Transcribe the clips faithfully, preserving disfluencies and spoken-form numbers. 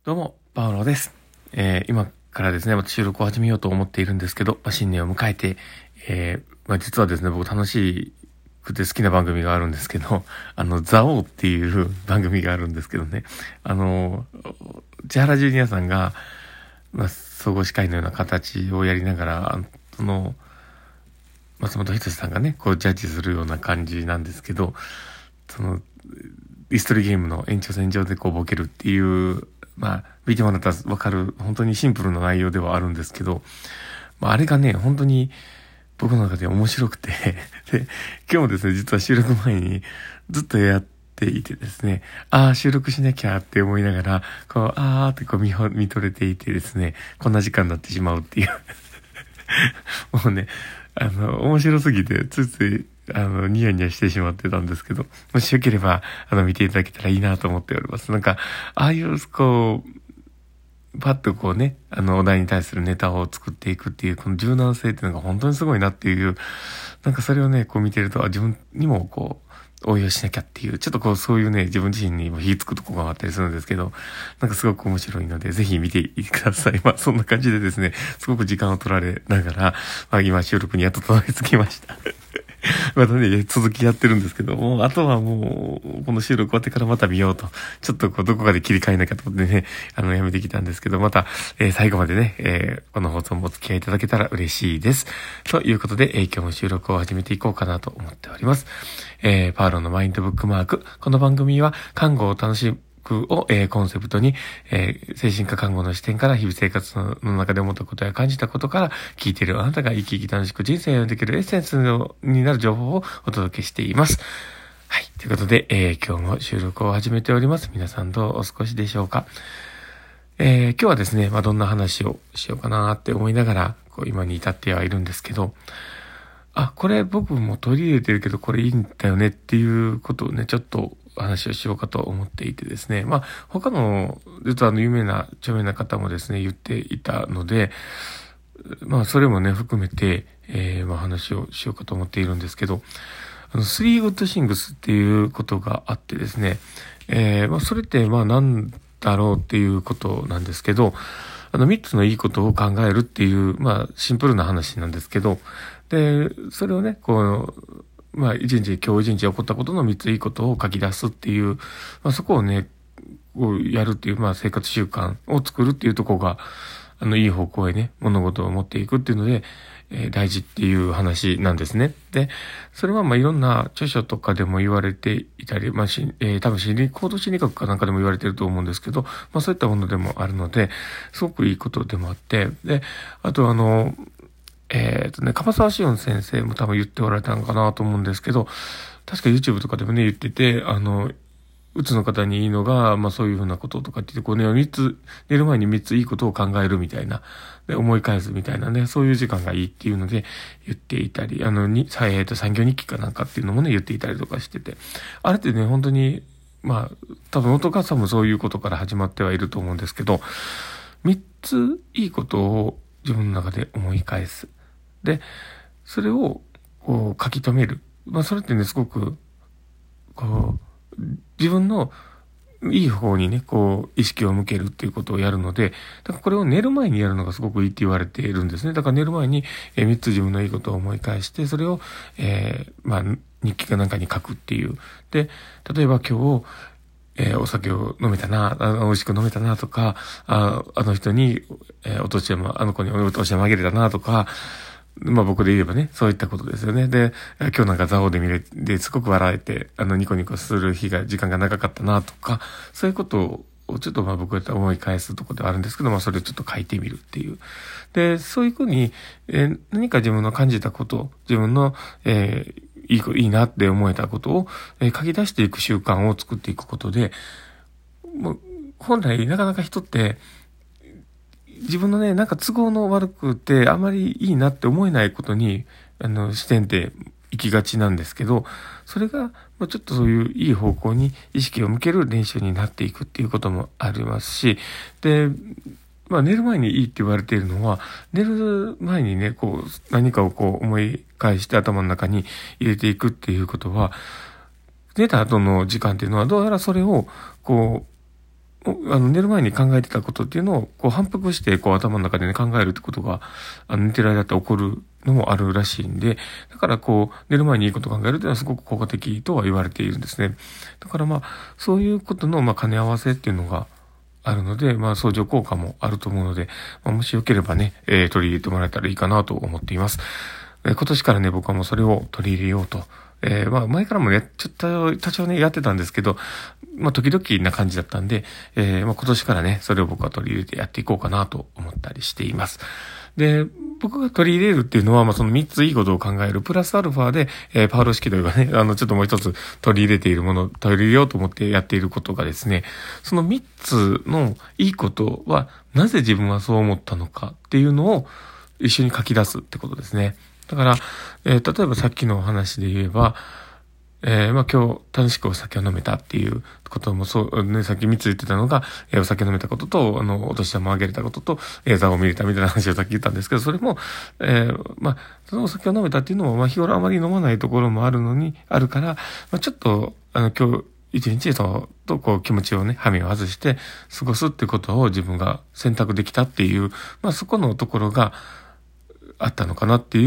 どうも、パウロです。えー、今からですね、また収録を始めようと思っているんですけど、まあ、新年を迎えて、えー、まあ、実はですね、僕楽しくて好きな番組があるんですけど、あの、ザオっていう番組があるんですけどね、あの、千原ジュニアさんが、まあ、総合司会のような形をやりながら、あの、その、松本人志さんがね、こうジャッジするような感じなんですけど、その、イストリーゲームの延長線上でこうボケるっていう、まあ、見てもらったらわかる、本当にシンプルな内容ではあるんですけど、まあ、あれがね、本当に僕の中で面白くてで、今日もですね、実は収録前にずっとやっていてですね、ああ、収録しなきゃって思いながら、こう、あーってこう見ほ見とれていてですね、こんな時間になってしまうっていうもうね、あの、面白すぎて、ついつい、あの、ニヤニヤしてしまってたんですけど、もしよければ、あの、見ていただけたらいいなと思っております。なんか、ああいう、こう、パッとこうね、あの、お題に対するネタを作っていくっていう、この柔軟性っていうのが本当にすごいなっていう、なんかそれをね、こう見てると、自分にもこう、応用しなきゃっていう、ちょっとこう、そういうね、自分自身にも火つくとこがあったりするんですけど、なんかすごく面白いので、ぜひ見ていてください。まあ、そんな感じでですね、すごく時間を取られながら、まあ、今収録にやっとたどり着きました。またね、続きやってるんですけど、もう、あとはもう、この収録終わってからまた見ようと、ちょっとこう、どこかで切り替えなきゃと思ってね、あの、やめてきたんですけど、また、えー、最後までね、えー、この放送もお付き合いいただけたら嬉しいです。ということで、えー、今日も収録を始めていこうかなと思っております。えー、パーロのマインドブックマーク。この番組は、看護を楽しむを、えー、コンセプトに、えー、精神科看護の視点から日々生活の中で思ったことや感じたことから聞いているあなたが生き生き楽しく人生をできるエッセンスになる情報をお届けしています。はい。ということで、えー、今日も収録を始めております。皆さんどうお過ごしでしょうか。えー、今日はですね、まあ、どんな話をしようかなって思いながら、こう今に至ってはいるんですけど、あ、これ僕も取り入れてるけどこれいいんだよねっていうことをね、ちょっと話をしようかと思っていてですね。まあ、他の、実はあの有名な、著名な方もですね、言っていたので、まあ、それもね、含めて、えー、まあ話をしようかと思っているんですけど、あの、スリーグッドシングスっていうことがあってですね、えー、まあ、それって、まあ、なんだろうっていうことなんですけど、あの、三つのいいことを考えるっていう、まあ、シンプルな話なんですけど、で、それをね、こう、まあ、一日、今日一日起こったことの三ついいことを書き出すっていう、まあ、そこをね、こうやるっていう、まあ、生活習慣を作るっていうところが、あの、いい方向へね、物事を持っていくっていうので、えー、大事っていう話なんですね。で、それはまあいろんな著書とかでも言われていたり、まあし、えー、多分心理、行動心理学かなんかでも言われてると思うんですけど、まあそういったものでもあるので、すごくいいことでもあって、で、あとあの、えっとね、樺沢志音先生も多分言っておられたのかなと思うんですけど、確か YouTube とかでもね、言ってて、あの、うつの方にいいのが、まあそういうふうなこととかって言って、こうね、三つ、寝る前に三ついいことを考えるみたいな、で、思い返すみたいなね、そういう時間がいいっていうので言っていたり、あの、に、さえっと、産業日記かなんかっていうのもね、言っていたりとかしてて、あれってね、本当に、まあ、多分、音母さんもそういうことから始まってはいると思うんですけど、三ついいことを自分の中で思い返す。で、それを、こう、書き留める。まあ、それってね、すごく、こう、自分のいい方にね、こう、意識を向けるっていうことをやるので、だからこれを寝る前にやるのがすごくいいって言われているんですね。だから寝る前に、えー、みっつ自分のいいことを思い返して、それを、えー、まあ、日記かなんかに書くっていう。で、例えば今日、えー、お酒を飲めたな、あ美味しく飲めたなとか、ああの人に、えー、お年玉、あの子にお年玉あげれたなとか、まあ僕で言えばね、そういったことですよね。で、今日なんかザオで見れて、すごく笑えて、あの、ニコニコする日が、時間が長かったなとか、そういうことをちょっとまあ僕は思い返すところではあるんですけど、まあそれをちょっと書いてみるっていう。で、そういうふうに、えー、何か自分の感じたこと、自分の、えー、いい、いいなって思えたことを、えー、書き出していく習慣を作っていくことで、もう、本来なかなか人って、自分のね、なんか都合の悪くて、あまりいいなって思えないことに、あの、視点って行きがちなんですけど、それが、ちょっとそういういい方向に意識を向ける練習になっていくっていうこともありますし、で、まあ寝る前にいいって言われているのは、寝る前にね、こう、何かをこう思い返して頭の中に入れていくっていうことは、寝た後の時間っていうのは、どうやらそれを、こう、 あの寝る前に考えてたことっていうのをこう反復してこう頭の中でね考えるってことがあの寝てる間って起こるのもあるらしいんで、だからこう寝る前にいいことを考えるっていうのはすごく効果的とは言われているんですね。だからまあそういうことのまあ兼ね合わせっていうのがあるので、まあ相乗効果もあると思うので、まあ、もしよければね、えー、取り入れてもらえたらいいかなと思っています。えー、今年からね僕はもうそれを取り入れようと。えー、まあ前からもね、ちょっと多少ねやってたんですけど、まあ時々な感じだったんで、えー、まあ今年からね、それを僕は取り入れてやっていこうかなと思ったりしています。で、僕が取り入れるっていうのは、まあその三ついいことを考える、プラスアルファで、えー、パウロ式というかね、あのちょっともう一つ取り入れているもの、取り入れようと思ってやっていることがですね、その三つのいいことは、なぜ自分はそう思ったのかっていうのを一緒に書き出すってことですね。だから、えー、例えばさっきのお話で言えば、えー、まあ今日楽しくお酒を飲めたっていうこともそう、ね、さっきみっつ言ってたのが、えー、お酒飲めたことと、あの、お年玉をあげれたことと、えー、座を見れたみたいな話をさっき言ったんですけど、それも、えー、まあ、そのお酒を飲めたっていうのも、まあ日頃あまり飲まないところもあるのに、あるから、まあちょっと、あの、今日、一日と、とこう気持ちをね、羽目を外して過ごすってことを自分が選択できたっていう、まあそこのところが、あったのかなっていう、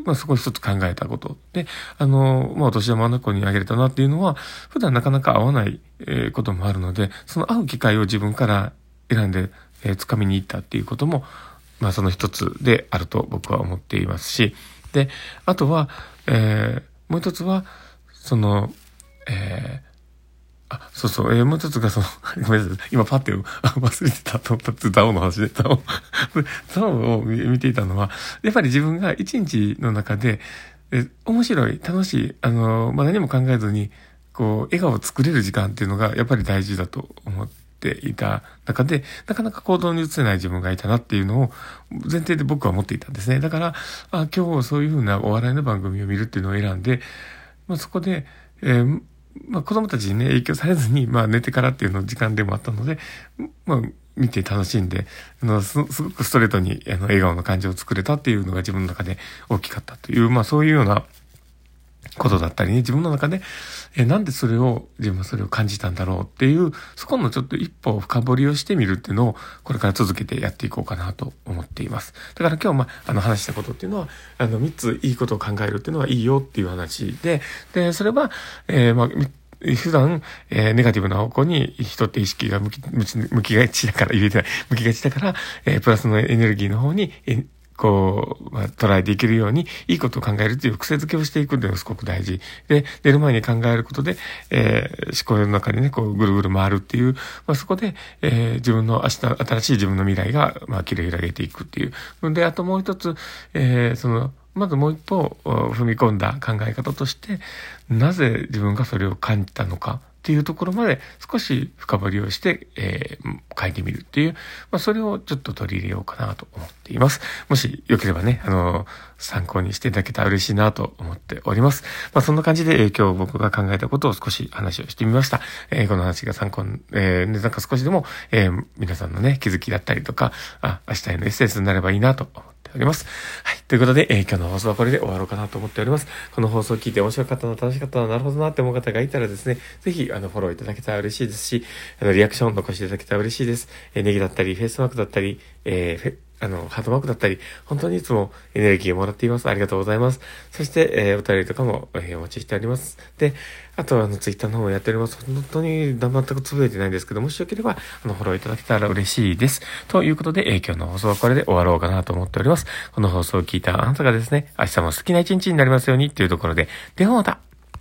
まあ、そこを一つ考えたこと。で、あの、まあ、お年玉の子にあげれたなっていうのは、普段なかなか会わない、えー、こともあるので、その会う機会を自分から選んで、えー、掴みに行ったっていうことも、まあ、その一つであると僕は思っていますし、で、あとは、えー、もう一つは、その、えー、あ、そうそう、えー、もう一つがその、ごめんなさい、今パッて忘れてたと思ったザオの話で、ザオ。ザオを見ていたのは、やっぱり自分が一日の中で、え面白い、楽しい、あの、まあ、何も考えずに、こう、笑顔を作れる時間っていうのが、やっぱり大事だと思っていた中で、なかなか行動に移せない自分がいたなっていうのを、前提で僕は思っていたんですね。だから、あ今日そういうふうなお笑いの番組を見るっていうのを選んで、まあ、そこで、えーまあ子供たちにね、影響されずに、まあ寝てからっていうの時間でもあったので、まあ見て楽しんで、あのす、すごくストレートにあの笑顔の感じを作れたっていうのが自分の中で大きかったという、まあそういうようなことだったりね、自分の中で、え、なんでそれを、自分はそれを感じたんだろうっていう、そこのちょっと一歩深掘りをしてみるっていうのを、これから続けてやっていこうかなと思っています。だから今日、まあ、あの話したことっていうのは、あの、三ついいことを考えるっていうのはいいよっていう話で、で、それは、えー、まあ、普段、えー、ネガティブな方向に人って意識が向き、向き、向きがちだから、言えてない、向きがちだから、えー、プラスのエネルギーの方に、えーこう、まあ、捉えていけるように、いいことを考えるっていう癖づけをしていくっていうのがすごく大事。で、寝る前に考えることで、えー、思考の中にね、こう、ぐるぐる回るっていう、まあ、そこで、えー、自分の明日、新しい自分の未来が、まあ、切り開けていくっていう。で、あともう一つ、えー、その、まずもう一歩踏み込んだ考え方として、なぜ自分がそれを感じたのか。っていうところまで少し深掘りをして、えー、書いてみるっていう、まあ、それをちょっと取り入れようかなと思っています。もしよければね、あのー、参考にしていただけたら嬉しいなと思っております。まあ、そんな感じで、えー、今日僕が考えたことを少し話をしてみました。えー、この話が参考に、えー、なんか少しでも、えー、皆さんのね、気づきだったりとか、あ、明日へのエッセンスになればいいなと思っております。はい。ということで、えー、今日の放送はこれで終わろうかなと思っております。この放送を聞いて面白かったな、楽しかったな、なるほどなって思う方がいたらですね、ぜひ、あの、フォローいただけたら嬉しいですし、あの、リアクション残していただけたら嬉しいです。えー、ネギだったり、フェイスマークだったり、えー、フェあの、ハートマークだったり、本当にいつもエネルギーをもらっています。ありがとうございます。そして、えー、お便りとかも、えー、お待ちしております。で、あと、あの、ツイッターの方もやっております。本当に全くつぶやいてないんですけど、もしよければ、あの、フォローいただけたら嬉しいです。ということで、えー、今日の放送はこれで終わろうかなと思っております。この放送を聞いたあなたがですね、明日も好きな一日になりますようにというところで、ではまた。